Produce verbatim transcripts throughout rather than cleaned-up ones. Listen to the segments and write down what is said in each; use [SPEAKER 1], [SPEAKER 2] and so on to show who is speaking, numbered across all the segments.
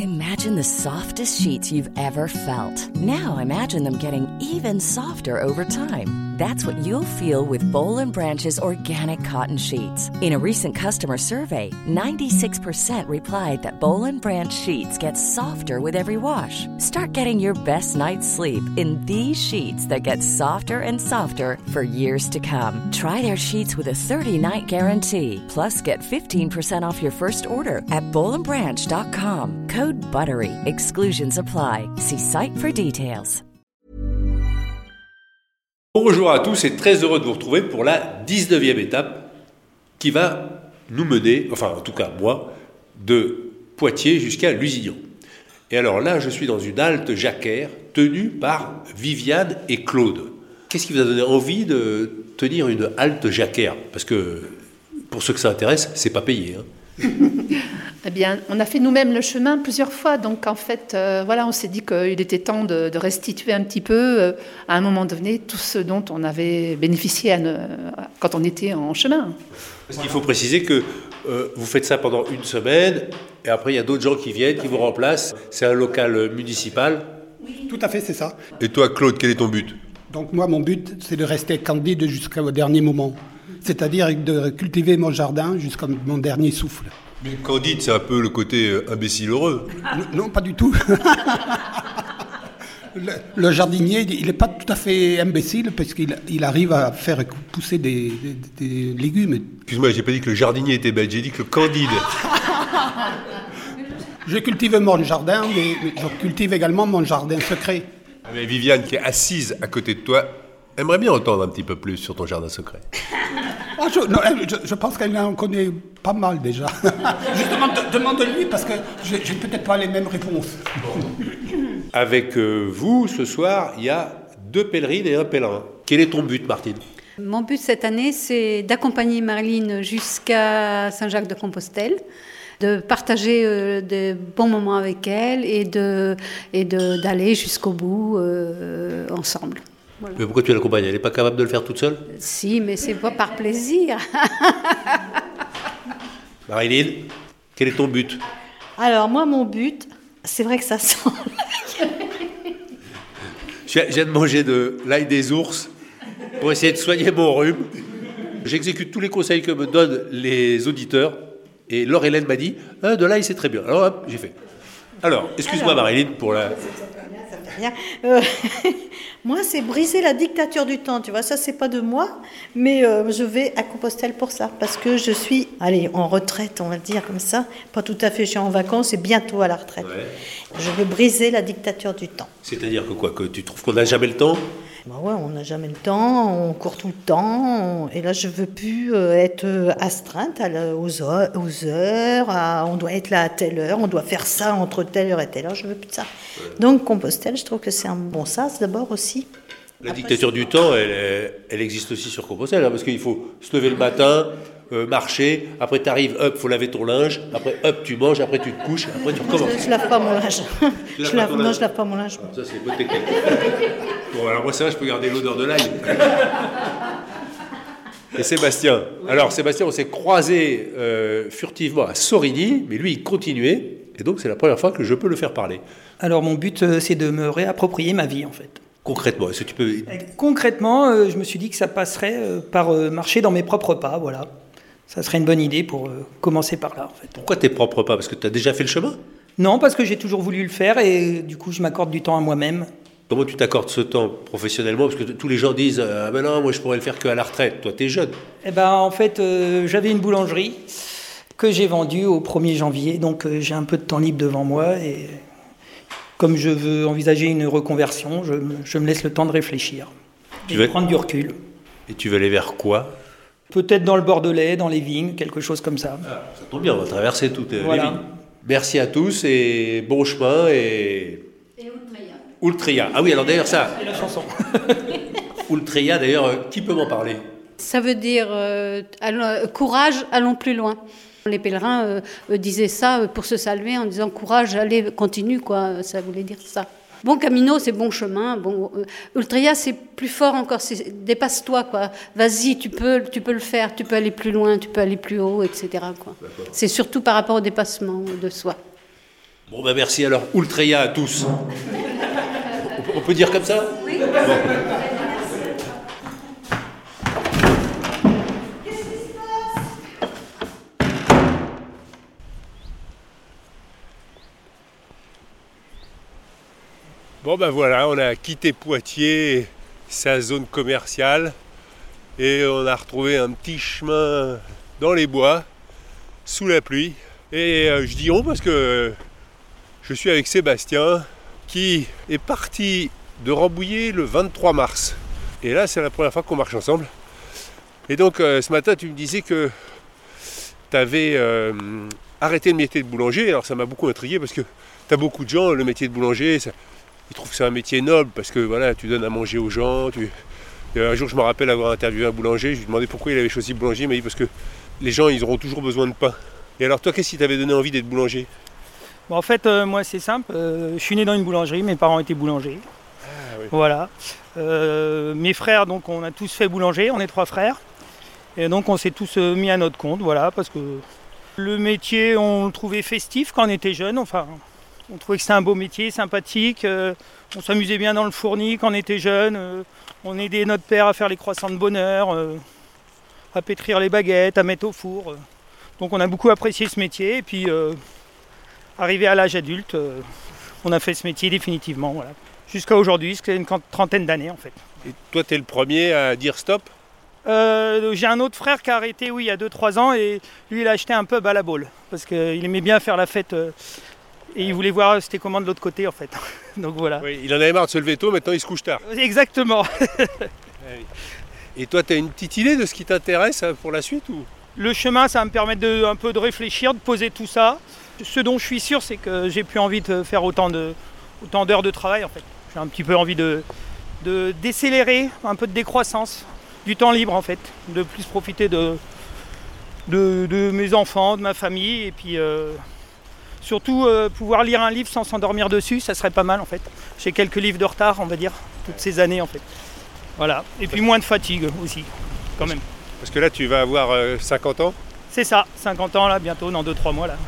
[SPEAKER 1] Imagine the softest sheets you've ever felt. Now imagine them getting even softer over time. That's what you'll feel with Boll and Branch's organic cotton sheets. In a recent customer survey, ninety-six percent replied that Boll and Branch sheets get softer with every wash. Start getting your best night's sleep in these sheets that get softer and softer for years to come. Try their sheets with a thirty-night guarantee. Plus, get fifteen percent off your first order at boll and branch dot com. Code BUTTERY. Exclusions apply. See site for details.
[SPEAKER 2] Bonjour à tous et très heureux de vous retrouver pour la dix-neuvième étape qui va nous mener, enfin en tout cas moi, de Poitiers jusqu'à Lusignan. Et alors là, je suis dans une halte jacquère tenue par Viviane et Claude. Qu'est-ce qui vous a donné envie de tenir une halte jacquère ? Parce que pour ceux que ça intéresse, c'est pas payé. Hein.
[SPEAKER 3] Eh bien, on a fait nous-mêmes le chemin plusieurs fois, donc en fait, euh, voilà, on s'est dit qu'il était temps de, de restituer un petit peu, euh, à un moment donné, tout ce dont on avait bénéficié à ne, quand on était en chemin.
[SPEAKER 2] Parce qu'il faut préciser que euh, vous faites ça pendant une semaine, et après il y a d'autres gens qui viennent, qui vous remplacent. C'est un local municipal.
[SPEAKER 4] Oui. Tout à fait, c'est ça.
[SPEAKER 2] Et toi, Claude, quel est ton but ?
[SPEAKER 4] Donc moi, mon but, c'est de rester candide jusqu'au dernier moment. C'est-à-dire de cultiver mon jardin jusqu'à mon dernier souffle.
[SPEAKER 2] Mais candide, c'est un peu le côté imbécile heureux.
[SPEAKER 4] Non, pas du tout. le, le jardinier, il n'est pas tout à fait imbécile parce qu'il il arrive à faire pousser des, des, des légumes.
[SPEAKER 2] Excuse-moi, j'ai pas dit que le jardinier était bête, j'ai dit que le candide.
[SPEAKER 4] Je cultive mon jardin, mais je cultive également mon jardin secret.
[SPEAKER 2] Mais Viviane, qui est assise à côté de toi, aimerait bien entendre un petit peu plus sur ton jardin secret.
[SPEAKER 4] Oh, je, non, je, je pense qu'elle en connaît pas mal déjà. Justement, demande-lui parce que je n'ai peut-être pas les mêmes réponses.
[SPEAKER 2] Avec euh, vous, ce soir, il y a deux pèlerines et un pèlerin. Quel est ton but, Martine ?
[SPEAKER 5] Mon but cette année, c'est d'accompagner Marilyn jusqu'à Saint-Jacques-de-Compostelle, de partager euh, de bons moments avec elle et, de, et de, d'aller jusqu'au bout euh, ensemble. Voilà.
[SPEAKER 2] Mais pourquoi tu l'accompagnes ? Elle n'est pas capable de le faire toute seule ?
[SPEAKER 5] Si, mais c'est pas par plaisir.
[SPEAKER 2] Marilyn, quel est ton but ?
[SPEAKER 6] Alors, moi, mon but, c'est vrai que ça sent...
[SPEAKER 2] Je viens de manger de l'ail des ours pour essayer de soigner mon rhume. J'exécute tous les conseils que me donnent les auditeurs. Et Laure Hélène m'a dit ah, « de l'ail, c'est très bien ». Alors, hop, j'ai fait. Alors, excuse-moi Alors, Marilyn pour la...
[SPEAKER 6] Bien. Euh, moi, c'est briser la dictature du temps, tu vois, ça, c'est pas de moi, mais euh, je vais à Compostelle pour ça, parce que je suis, allez, en retraite, on va dire comme ça, pas tout à fait, je suis en vacances et bientôt à la retraite. Ouais. Je veux briser la dictature du temps.
[SPEAKER 2] C'est-à-dire que quoi, que tu trouves qu'on n'a jamais le temps ?
[SPEAKER 6] Ben ouais, on n'a jamais le temps, on court tout le temps, on... et là je veux plus euh, être astreinte à la, aux, heures, aux heures à, on doit être là à telle heure, on doit faire ça entre telle heure et telle heure, je veux plus de ça. Ouais. Donc Compostelle, je trouve que c'est un bon sas d'abord aussi.
[SPEAKER 2] La Après, dictature c'est... du temps, elle, elle existe aussi sur Compostelle, hein, parce qu'il faut se lever le matin, euh, marcher, après tu arrives, hop, faut laver ton linge, après hop, tu manges, après tu te couches, après tu recommences.
[SPEAKER 6] Je, je lave pas mon linge.
[SPEAKER 2] Tu
[SPEAKER 6] je lave, non, linge. je lave pas mon linge.
[SPEAKER 2] Ça c'est bonne technique. Bon, alors moi ça va, je peux garder l'odeur de l'ail. Et Sébastien. Alors Sébastien, on s'est croisés euh, furtivement à Sorigny, mais lui il continuait, et donc c'est la première fois que je peux le faire parler.
[SPEAKER 7] Alors mon but, euh, c'est de me réapproprier ma vie en fait.
[SPEAKER 2] Concrètement, est-ce que tu peux...
[SPEAKER 7] Concrètement, euh, je me suis dit que ça passerait euh, par euh, marcher dans mes propres pas, voilà. Ça serait une bonne idée pour euh, commencer par là, en fait.
[SPEAKER 2] Pourquoi tes propres pas ? Parce que tu as déjà fait le chemin ?
[SPEAKER 7] Non, parce que j'ai toujours voulu le faire et du coup, je m'accorde du temps à moi-même.
[SPEAKER 2] Comment tu t'accordes ce temps professionnellement ? Parce que t- tous les gens disent « Ah ben non, moi je pourrais le faire qu'à la retraite. » Toi, t'es jeune.
[SPEAKER 7] Eh ben, en fait, euh, j'avais une boulangerie que j'ai vendue au premier janvier, donc euh, j'ai un peu de temps libre devant moi et... Comme je veux envisager une reconversion, je, je me laisse le temps de réfléchir et de prendre du recul.
[SPEAKER 2] Et tu veux aller vers quoi ?
[SPEAKER 7] Peut-être dans le Bordelais, dans les vignes, quelque chose comme ça.
[SPEAKER 2] Ah, ça tombe bien, on va traverser toutes
[SPEAKER 7] voilà.
[SPEAKER 2] les vignes. Merci à tous et bon chemin et...
[SPEAKER 5] Et Ultreya.
[SPEAKER 2] Ultreya. Ah oui, alors d'ailleurs ça...
[SPEAKER 7] C'est la chanson.
[SPEAKER 2] Ultreya, d'ailleurs, qui peut m'en parler ?
[SPEAKER 5] Ça veut dire euh, allons, courage, allons plus loin. Les pèlerins euh, euh, disaient ça pour se saluer en disant courage, allez, continue, quoi. Ça voulait dire ça. Bon camino, c'est bon chemin. Bon, euh, Ultreya, c'est plus fort encore. C'est, dépasse-toi, quoi. Vas-y, tu peux, tu peux le faire. Tu peux aller plus loin, tu peux aller plus haut, et cetera. Quoi. C'est surtout par rapport au dépassement de soi.
[SPEAKER 2] Bon ben merci alors, Ultreya à tous. On peut, on peut dire comme ça? Oui. Bon. Bon ben voilà, on a quitté Poitiers, sa zone commerciale, et on a retrouvé un petit chemin dans les bois, sous la pluie. Et euh, je dis on parce que je suis avec Sébastien, qui est parti de Rambouillet le vingt-trois mars. Et là, c'est la première fois qu'on marche ensemble. Et donc, euh, ce matin, tu me disais que tu avais euh, arrêté le métier de boulanger. Alors, ça m'a beaucoup intrigué parce que tu as beaucoup de gens, le métier de boulanger, ça, ils trouvent que c'est un métier noble parce que voilà, tu donnes à manger aux gens. Tu... Un jour, je me rappelle avoir interviewé un boulanger. Je lui demandais pourquoi il avait choisi boulanger. Il m'a dit parce que les gens, ils auront toujours besoin de pain. Et alors, toi, qu'est-ce qui t'avait donné envie d'être boulanger?
[SPEAKER 7] Bon, en fait, euh, moi, c'est simple. Euh, je suis né dans une boulangerie. Mes parents étaient boulangers.
[SPEAKER 2] Ah, oui.
[SPEAKER 7] Voilà. Euh, mes frères, donc, on a tous fait boulanger. On est trois frères. Et donc, on s'est tous euh, mis à notre compte. Voilà, parce que le métier, on le trouvait festif quand on était jeune. Enfin, on trouvait que c'était un beau métier, sympathique. Euh, on s'amusait bien dans le fourni quand on était jeune. Euh, on aidait notre père à faire les croissants de bonheur, euh, à pétrir les baguettes, à mettre au four. Euh. Donc, on a beaucoup apprécié ce métier. Et puis, euh, arrivé à l'âge adulte, euh, on a fait ce métier définitivement. Voilà. Jusqu'à aujourd'hui, c'est une trentaine d'années en fait.
[SPEAKER 2] Et toi, tu es le premier à dire stop?
[SPEAKER 7] euh, J'ai un autre frère qui a arrêté oui, il y a deux trois ans et lui, il a acheté un pub à la Baule parce qu'il aimait bien faire la fête euh, et il voulait voir c'était comment de l'autre côté en fait. Donc voilà.
[SPEAKER 2] Oui, il en avait marre de se lever tôt, maintenant il se couche tard.
[SPEAKER 7] Exactement.
[SPEAKER 2] Et toi, tu as une petite idée de ce qui t'intéresse pour la suite ou?
[SPEAKER 7] Le chemin, ça va me permettre de, un peu de réfléchir, de poser tout ça. Ce dont je suis sûr, c'est que j'ai plus envie de faire autant, de, autant d'heures de travail en fait. J'ai un petit peu envie de, de décélérer, un peu de décroissance, du temps libre en fait, de plus profiter de, de, de mes enfants, de ma famille, et puis euh, surtout euh, pouvoir lire un livre sans s'endormir dessus, ça serait pas mal en fait. J'ai quelques livres de retard, on va dire, toutes ces années en fait. Voilà, et puis moins de fatigue aussi, quand même.
[SPEAKER 2] Parce que là, tu vas avoir euh, cinquante ans?
[SPEAKER 7] C'est ça, cinquante ans là, bientôt, dans deux trois mois là.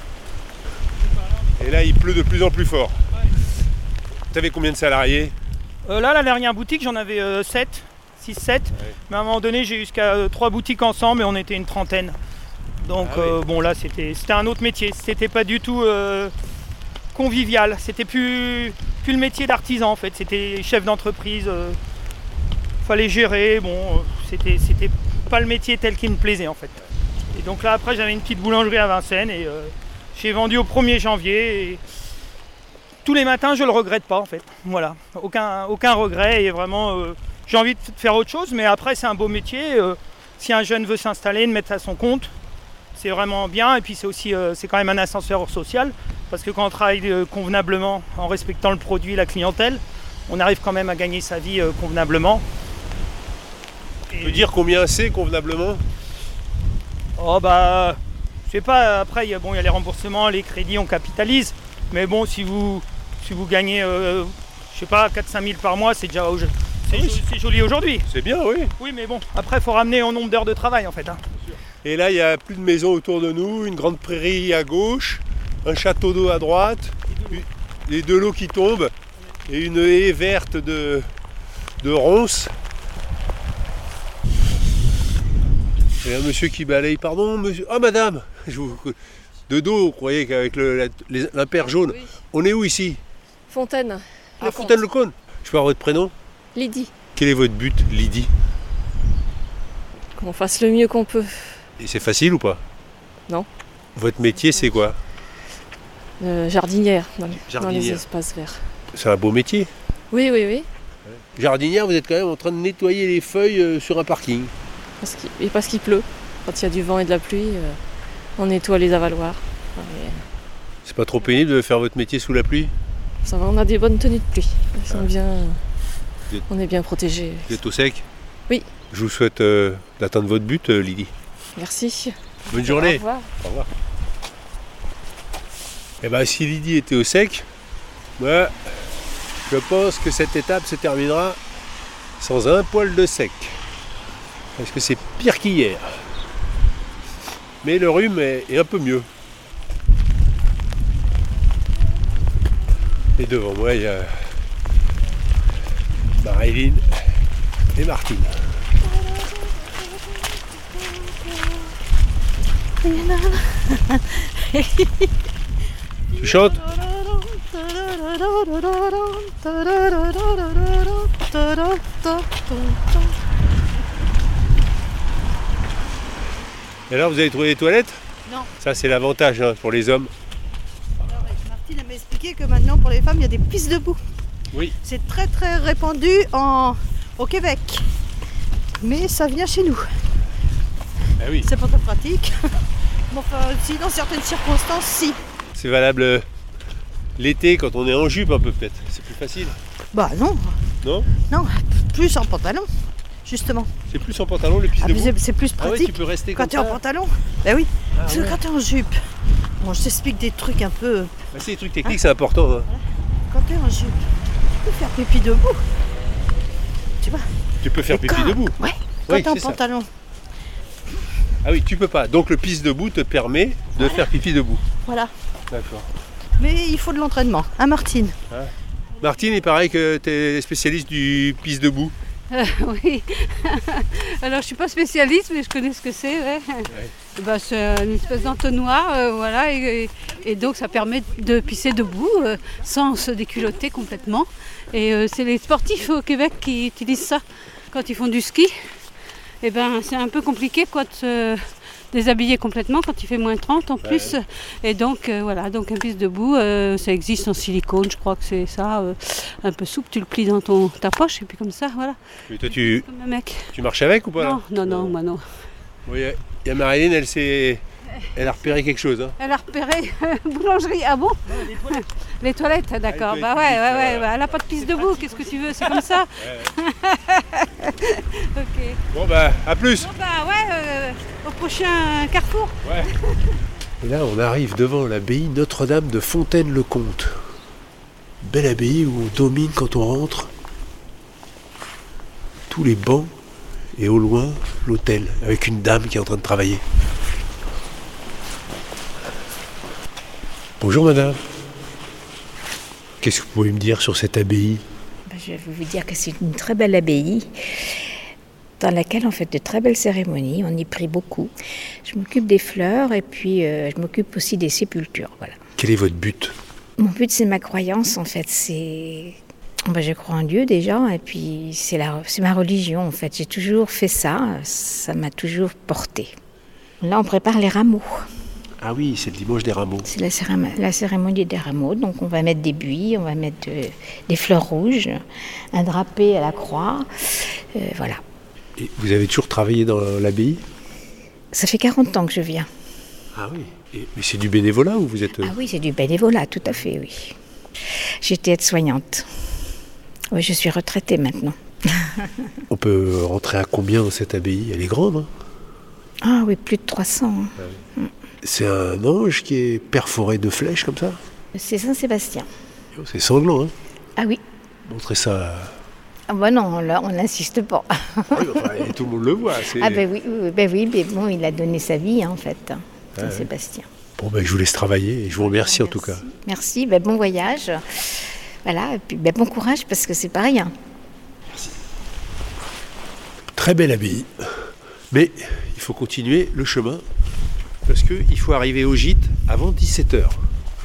[SPEAKER 2] Et là, il pleut de plus en plus fort. Ouais. Tu avais combien de salariés?
[SPEAKER 7] euh, Là, la dernière boutique, j'en avais euh, sept, six, sept. Ouais. Mais à un moment donné, j'ai eu jusqu'à euh, trois boutiques ensemble et on était une trentaine. Donc, ah, euh, oui. bon, là, c'était, c'était un autre métier. C'était pas du tout euh, convivial. C'était plus, plus le métier d'artisan, en fait. C'était chef d'entreprise. Euh, fallait gérer. Bon, euh, c'était, c'était pas le métier tel qu'il me plaisait, en fait. Et donc là, après, j'avais une petite boulangerie à Vincennes et... Euh, j'ai vendu au premier janvier et tous les matins je le regrette pas en fait. Voilà, aucun, aucun regret et vraiment euh, j'ai envie de faire autre chose, mais après c'est un beau métier. Euh, si un jeune veut s'installer, de mettre à son compte, c'est vraiment bien et puis c'est aussi euh, c'est quand même un ascenseur social parce que quand on travaille euh, convenablement en respectant le produit, la clientèle, on arrive quand même à gagner sa vie euh, convenablement.
[SPEAKER 2] Tu peux dire combien c'est convenablement?
[SPEAKER 7] Oh bah. Je sais pas, après il y a, bon, il y a les remboursements, les crédits, on capitalise. Mais bon, si vous, si vous gagnez, euh, je sais pas, quatre à cinq mille par mois, c'est déjà c'est, oui, c'est joli aujourd'hui.
[SPEAKER 2] C'est bien, oui.
[SPEAKER 7] Oui, mais bon, après il faut ramener en nombre d'heures de travail en fait. Hein.
[SPEAKER 2] Et là, il n'y a plus de maisons autour de nous, une grande prairie à gauche, un château d'eau à droite, et de l'eau qui tombe, et une haie verte de, de ronces. Et un monsieur qui balaye, pardon, monsieur. Ah, madame, je vous... de dos, vous croyez qu'avec le, la, l'impair jaune. Oui. On est où ici?
[SPEAKER 8] Fontaine.
[SPEAKER 2] Ah, Fontaine-le-Cône. Je peux avoir votre prénom?
[SPEAKER 8] Lydie.
[SPEAKER 2] Quel est votre but, Lydie?
[SPEAKER 8] Qu'on fasse le mieux qu'on peut. Et
[SPEAKER 2] c'est facile ou pas?
[SPEAKER 8] Non.
[SPEAKER 2] Votre métier, c'est quoi?
[SPEAKER 8] euh, Jardinière, dans,
[SPEAKER 2] Jardinière,
[SPEAKER 8] dans les espaces verts.
[SPEAKER 2] C'est un beau métier.
[SPEAKER 8] Oui, oui, oui.
[SPEAKER 2] Jardinière, vous êtes quand même en train de nettoyer les feuilles sur un parking.
[SPEAKER 8] Parce qu'il, et parce qu'il pleut. Quand il y a du vent et de la pluie, euh, on nettoie les avaloirs. Et...
[SPEAKER 2] C'est pas trop pénible de faire votre métier sous la pluie?
[SPEAKER 8] Ça va, on a des bonnes tenues de pluie. Elles sont ah. bien... êtes... On est bien protégés.
[SPEAKER 2] Vous êtes au sec?
[SPEAKER 8] Oui.
[SPEAKER 2] Je vous souhaite euh, d'atteindre votre but, euh, Lydie.
[SPEAKER 8] Merci.
[SPEAKER 2] Bonne journée.
[SPEAKER 8] Au revoir.
[SPEAKER 2] Au revoir. Eh bien, si Lydie était au sec, moi, je pense que cette étape se terminera sans un poil de sec. Parce que c'est pire qu'hier. Mais le rhume est, est un peu mieux. Et devant moi, il y a Marilyn et Martine. Tu chantes ? Et alors, vous avez trouvé les toilettes ?
[SPEAKER 6] Non.
[SPEAKER 2] Ça, c'est l'avantage hein, pour les hommes.
[SPEAKER 6] Alors, Martine m'a expliqué que maintenant, pour les femmes, il y a des pistes debout.
[SPEAKER 2] Oui.
[SPEAKER 6] C'est très très répandu en... au Québec. Mais ça vient chez nous.
[SPEAKER 2] Ah oui.
[SPEAKER 6] C'est pas très pratique. Mais enfin, si, dans certaines circonstances, si.
[SPEAKER 2] C'est valable l'été quand on est en jupe un peu peut-être. C'est plus facile.
[SPEAKER 6] Bah non.
[SPEAKER 2] Non ?
[SPEAKER 6] Non, plus en pantalon, justement.
[SPEAKER 2] C'est plus en pantalon les pistes
[SPEAKER 6] Ah,
[SPEAKER 2] debout.
[SPEAKER 6] c'est, c'est plus
[SPEAKER 2] Ah ouais,
[SPEAKER 6] pratique
[SPEAKER 2] tu peux rester
[SPEAKER 6] quand
[SPEAKER 2] comme
[SPEAKER 6] t'es
[SPEAKER 2] ça.
[SPEAKER 6] en pantalon. Bah oui.
[SPEAKER 2] Ah
[SPEAKER 6] Parce que
[SPEAKER 2] ouais.
[SPEAKER 6] quand t'es en jupe, bon, je t'explique des trucs un peu.
[SPEAKER 2] Bah, c'est des trucs techniques, c'est important. Hein.
[SPEAKER 6] Quand t'es en jupe, tu peux faire pipi debout. Tu vois ?
[SPEAKER 2] Tu peux faire
[SPEAKER 6] Et
[SPEAKER 2] pipi
[SPEAKER 6] quand-
[SPEAKER 2] debout.
[SPEAKER 6] Ouais. Quand
[SPEAKER 2] Oui,
[SPEAKER 6] t'es en
[SPEAKER 2] c'est ça.
[SPEAKER 6] pantalon.
[SPEAKER 2] Ah oui, tu peux pas. Donc le pisse debout te permet de faire pipi debout.
[SPEAKER 6] Voilà.
[SPEAKER 2] D'accord.
[SPEAKER 6] Mais il faut de l'entraînement. Hein, Martine ?
[SPEAKER 2] Martine, il paraît que tu es spécialiste du pisse debout.
[SPEAKER 5] Euh, oui. Alors je suis pas spécialiste, mais je connais ce que c'est. Ouais. Bah, c'est une espèce d'entonnoir, euh, voilà, et, et- et donc ça permet de pisser debout euh, sans se déculotter complètement. Et euh, c'est les sportifs au Québec qui utilisent ça quand ils font du ski. Et ben c'est un peu compliqué quoi de se déshabiller complètement quand il fait moins trente en plus. Et donc euh, voilà, donc un pisse debout, euh, ça existe en silicone, je crois que c'est ça, euh, un peu souple, tu le plies dans ton, ta poche et puis comme ça, voilà.
[SPEAKER 2] Et toi, tu,
[SPEAKER 5] Comme un mec.
[SPEAKER 2] tu marches avec ou pas là
[SPEAKER 5] Non, non, non, moi non.
[SPEAKER 2] Bon, Il y, a- il y a Marilyn, elle, s'est- elle a repéré quelque chose. Hein.
[SPEAKER 5] Elle a repéré boulangerie, ah bon? Les toilettes, d'accord.
[SPEAKER 2] Ah, les
[SPEAKER 5] Bah
[SPEAKER 2] toilettes
[SPEAKER 5] ouais, ouais,
[SPEAKER 2] publiques,
[SPEAKER 5] ouais. Bah, elle n'a pas de pisse debout, qu'est-ce que tu veux? C'est comme ça? Ok.
[SPEAKER 2] Bon bah, à plus.
[SPEAKER 5] Bon bah ouais, euh, au prochain carrefour.
[SPEAKER 2] Ouais. Et là, on arrive devant l'abbaye Notre-Dame de Fontaine-le-Comte. Belle abbaye où on domine quand on rentre. Tous les bancs et au loin, l'hôtel, avec une dame qui est en train de travailler. Bonjour madame. Qu'est-ce que vous pouvez me dire sur cette abbaye?
[SPEAKER 9] Ben, je vais vous dire que c'est une très belle abbaye dans laquelle on fait de très belles cérémonies. On y prie beaucoup. Je m'occupe des fleurs et puis euh, je m'occupe aussi des sépultures. Voilà.
[SPEAKER 2] Quel est votre but?
[SPEAKER 9] Mon but, c'est ma croyance en fait. C'est ben, je crois en Dieu déjà et puis c'est la, c'est ma religion en fait. J'ai toujours fait ça. Ça m'a toujours porté. Là, on prépare les rameaux.
[SPEAKER 2] Ah oui, c'est le dimanche des rameaux.
[SPEAKER 9] C'est la, cérémonie, la cérémonie des rameaux. Donc on va mettre des buis, on va mettre de- des fleurs rouges, un drapé à la croix. Euh, voilà.
[SPEAKER 2] Et vous avez toujours travaillé dans l'abbaye?
[SPEAKER 9] Ça fait quarante ans que je viens.
[SPEAKER 2] Ah oui. Et, mais c'est du bénévolat ou vous êtes...
[SPEAKER 9] Ah oui, c'est du bénévolat, tout à fait, oui. J'étais aide-soignante. Oui, je suis retraitée maintenant.
[SPEAKER 2] On peut rentrer à combien dans cette abbaye? Elle est grande, hein?
[SPEAKER 9] Ah oui, plus de trois cents. hein.
[SPEAKER 2] C'est un ange qui est perforé de flèches comme ça?
[SPEAKER 9] C'est Saint-Sébastien.
[SPEAKER 2] Oh, c'est sanglant, hein?
[SPEAKER 9] Ah oui.
[SPEAKER 2] Montrez ça.
[SPEAKER 9] Ah bah non, là, on n'insiste pas.
[SPEAKER 2] Oui, enfin, et tout le monde le voit. c'est-
[SPEAKER 9] Ah ben oui, oui, ben oui, mais bon, il a donné sa vie, hein, en fait, hein,
[SPEAKER 2] Ah ouais.
[SPEAKER 9] Saint-Sébastien.
[SPEAKER 2] Bon, ben, je vous laisse travailler et je vous remercie en tout cas.
[SPEAKER 9] Merci, ben, bon voyage. Voilà, et puis ben, bon courage, parce que c'est pas rien.
[SPEAKER 2] Très belle abbaye. Mais il faut continuer le chemin parce qu'il faut arriver au gîte avant dix-sept heures.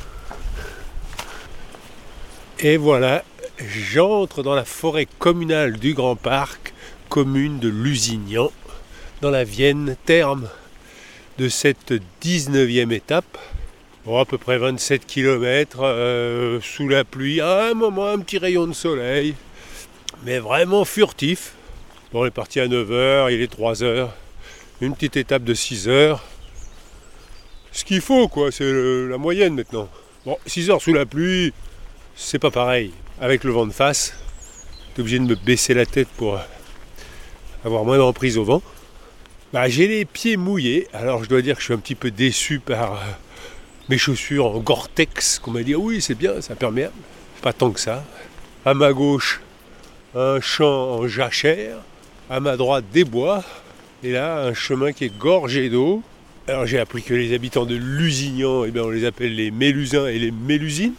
[SPEAKER 2] Et voilà, j'entre dans la forêt communale du Grand Parc, commune de Lusignan, dans la Vienne terme de cette dix-neuvième étape. Bon, à peu près vingt-sept kilomètres euh, sous la pluie, à un moment un petit rayon de soleil, mais vraiment furtif. Bon, on est parti à neuf heures, il est trois heures, une petite étape de six heures. Ce qu'il faut, quoi, c'est le- la moyenne maintenant. Bon, six heures sous la pluie, c'est pas pareil. Avec le vent de face, t'es obligé de me baisser la tête pour avoir moins d'emprise au vent. Bah, j'ai les pieds mouillés, alors je dois dire que je suis un petit peu déçu par euh, mes chaussures en Gore-Tex, qu'on m'a dit, ah oui, c'est bien, c'est imperméable. Pas tant que ça. À ma gauche, un champ en jachère. À ma droite, des bois. Et là, un chemin qui est gorgé d'eau. Alors j'ai appris que les habitants de Lusignan, eh bien, on les appelle les Mélusins et les Mélusines.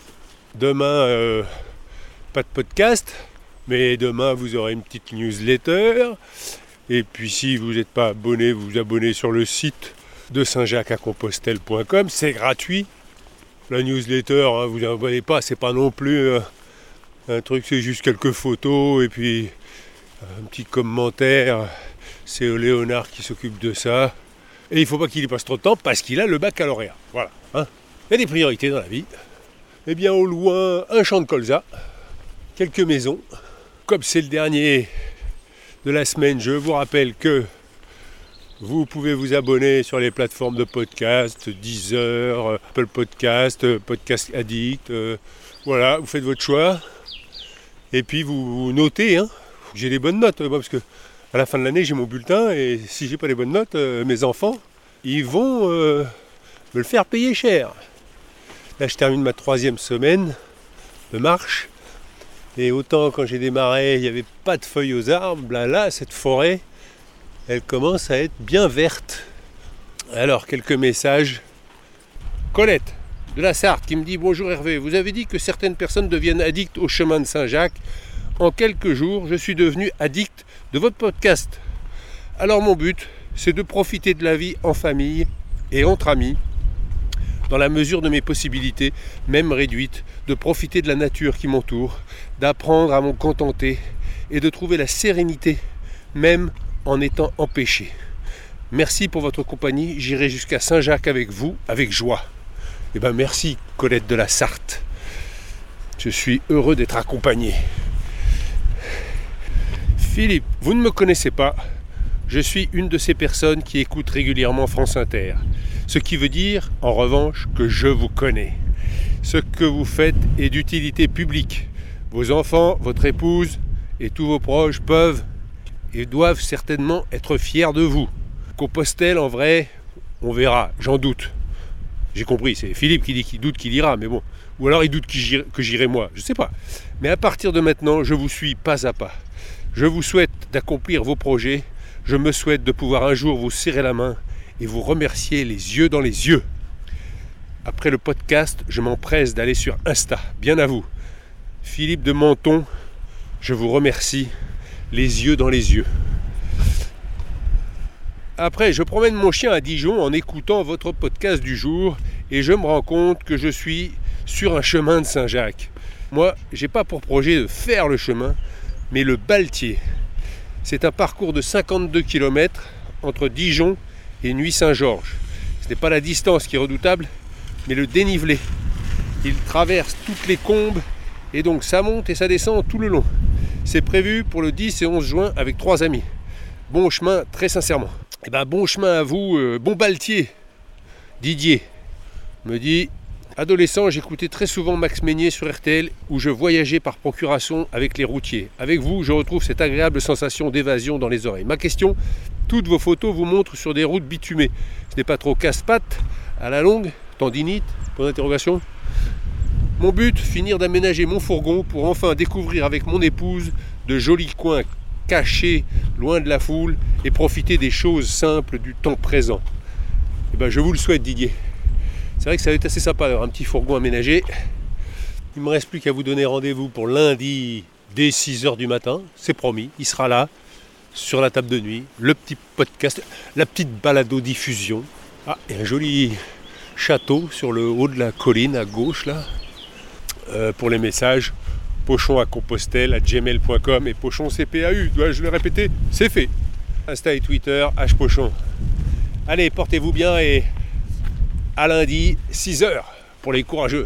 [SPEAKER 2] Demain, euh, pas de podcast, mais demain vous aurez une petite newsletter. Et puis si vous n'êtes pas abonné, vous vous abonnez sur le site de saint jacques à compostelle point com, c'est gratuit. La newsletter, hein, vous n'abonnez pas, c'est pas non plus euh, un truc, c'est juste quelques photos et puis un petit commentaire. C'est Léonard qui s'occupe de ça. Et il ne faut pas qu'il y passe trop de temps parce qu'il a le baccalauréat. Voilà. Hein. Il y a des priorités dans la vie. Eh bien, au loin, un champ de colza, quelques maisons. Comme c'est le dernier de la semaine, je vous rappelle que vous pouvez vous abonner sur les plateformes de podcast, Deezer, Apple Podcast, Podcast Addict. Euh, voilà, vous faites votre choix. Et puis vous notez. Hein. J'ai des bonnes notes, moi, parce que à la fin de l'année, j'ai mon bulletin. Et si j'ai pas les bonnes notes, euh, mes enfants, ils vont euh, me le faire payer cher. Là, je termine ma troisième semaine de marche. Et autant quand j'ai démarré, il n'y avait pas de feuilles aux arbres. Là, là, cette forêt, elle commence à être bien verte. Alors, quelques messages. Colette, de la Sarthe, qui me dit « Bonjour Hervé, vous avez dit que certaines personnes deviennent addictes au chemin de Saint-Jacques. En quelques jours, je suis devenu addict de votre podcast. Alors mon but, c'est de profiter de la vie en famille et entre amis, dans la mesure de mes possibilités, même réduites, de profiter de la nature qui m'entoure, d'apprendre à m'en contenter et de trouver la sérénité, même en étant empêché. Merci pour votre compagnie, j'irai jusqu'à Saint-Jacques avec vous, avec joie. » Eh bien merci Colette de la Sarthe. Je suis heureux d'être accompagné. Philippe, vous ne me connaissez pas. Je suis une de ces personnes qui écoutent régulièrement France Inter. Ce qui veut dire, en revanche, que je vous connais. Ce que vous faites est d'utilité publique. Vos enfants, votre épouse et tous vos proches peuvent et doivent certainement être fiers de vous. Compostelle, en vrai, on verra, j'en doute. J'ai compris, c'est Philippe qui dit qu'il doute qu'il ira, mais bon. Ou alors il doute que j'irai moi, je ne sais pas. Mais à partir de maintenant, je vous suis pas à pas. Je vous souhaite d'accomplir vos projets. Je me souhaite de pouvoir un jour vous serrer la main et vous remercier les yeux dans les yeux. Après le podcast, je m'empresse d'aller sur Insta. Bien à vous. Philippe de Menton, je vous remercie. Les yeux dans les yeux. Après, je promène mon chien à Dijon en écoutant votre podcast du jour et je me rends compte que je suis sur un chemin de Saint-Jacques. Moi, j'ai pas pour projet de faire le chemin, mais le Baltier. C'est un parcours de cinquante-deux kilomètres entre Dijon et Nuits-Saint-Georges. Ce n'est pas la distance qui est redoutable, mais le dénivelé. Il traverse toutes les combes et donc ça monte et ça descend tout le long. C'est prévu pour le dix et onze juin avec trois amis. Bon chemin, très sincèrement. Eh ben bon chemin à vous, euh, bon Baltier. Didier me dit... Adolescent, j'écoutais très souvent Max Meignier sur R T L où je voyageais par procuration avec les routiers. Avec vous, je retrouve cette agréable sensation d'évasion dans les oreilles. Ma question, toutes vos photos vous montrent sur des routes bitumées. Ce n'est pas trop casse-pattes à la longue, tendinite, point d'interrogation. Mon but, finir d'aménager mon fourgon pour enfin découvrir avec mon épouse de jolis coins cachés loin de la foule et profiter des choses simples du temps présent. Eh ben, je vous le souhaite, Didier. C'est vrai que ça va être assez sympa d'avoir un petit fourgon aménagé. Il ne me reste plus qu'à vous donner rendez-vous pour lundi dès six heures du matin. C'est promis, il sera là, sur la table de nuit. Le petit podcast, la petite balado-diffusion. Ah, et un joli château sur le haut de la colline à gauche là. Euh, pour les messages, pochon à compostelle à gmail point com et pochon C P A U. Dois-je le répéter? C'est fait. Insta et Twitter, hpochon. Allez, portez-vous bien et... à lundi, six heures, pour les courageux.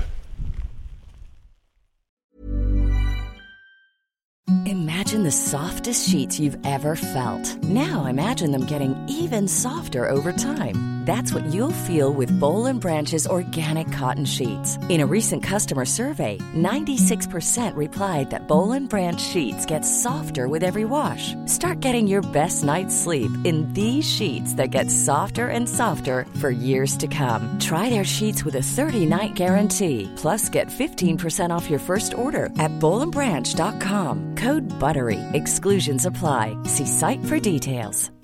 [SPEAKER 1] Imagine the softest sheets you've ever felt. Now imagine them getting even softer over time. That's what you'll feel with Boll and Branch's organic cotton sheets. In a recent customer survey, ninety-six percent replied that Boll and Branch sheets get softer with every wash. Start getting your best night's sleep in these sheets that get softer and softer for years to come. Try their sheets with a thirty-night guarantee. Plus, get fifteen percent off your first order at boll and branch dot com. Code BUTTERY. Exclusions apply. See site for details.